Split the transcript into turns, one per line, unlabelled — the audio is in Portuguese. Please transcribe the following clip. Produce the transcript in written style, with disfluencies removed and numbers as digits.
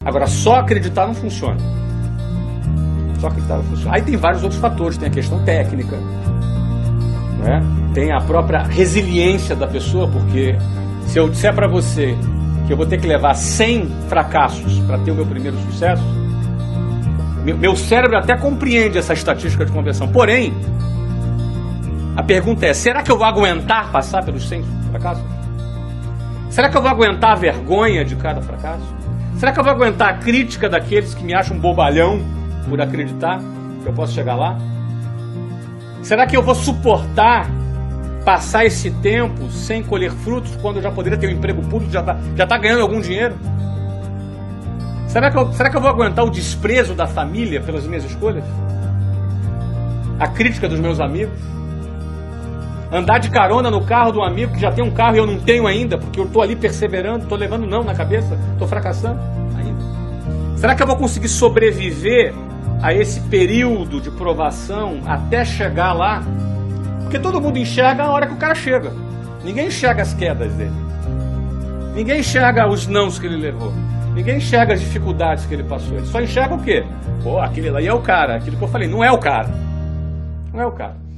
Agora, só acreditar não funciona. Só acreditar não funciona. Aí tem vários outros fatores, tem a questão técnica, né? Tem a própria resiliência da pessoa, porque se eu disser para você que eu vou ter que levar 100 fracassos para ter o meu primeiro sucesso, meu cérebro até compreende essa estatística de conversão. Porém, a pergunta é, será que eu vou aguentar passar pelos 100 fracassos? Será que eu vou aguentar a vergonha de cada fracasso? Será que eu vou aguentar a crítica daqueles que me acham bobalhão por acreditar que eu posso chegar lá? Será que eu vou suportar passar esse tempo sem colher frutos quando eu já poderia ter um emprego público, já tá ganhando algum dinheiro? Será que eu vou aguentar o desprezo da família pelas minhas escolhas? A crítica dos meus amigos? Andar de carona no carro de um amigo que já tem um carro e eu não tenho ainda, porque eu estou ali perseverando, estou levando não na cabeça, estou fracassando ainda. Será que eu vou conseguir sobreviver a esse período de provação até chegar lá? Porque todo mundo enxerga a hora que o cara chega. Ninguém enxerga as quedas dele. Ninguém enxerga os nãos que ele levou. Ninguém enxerga as dificuldades que ele passou. Ele só enxerga o quê? Pô, aquele lá é o cara. Aquilo que eu falei, não é o cara. Não é o cara.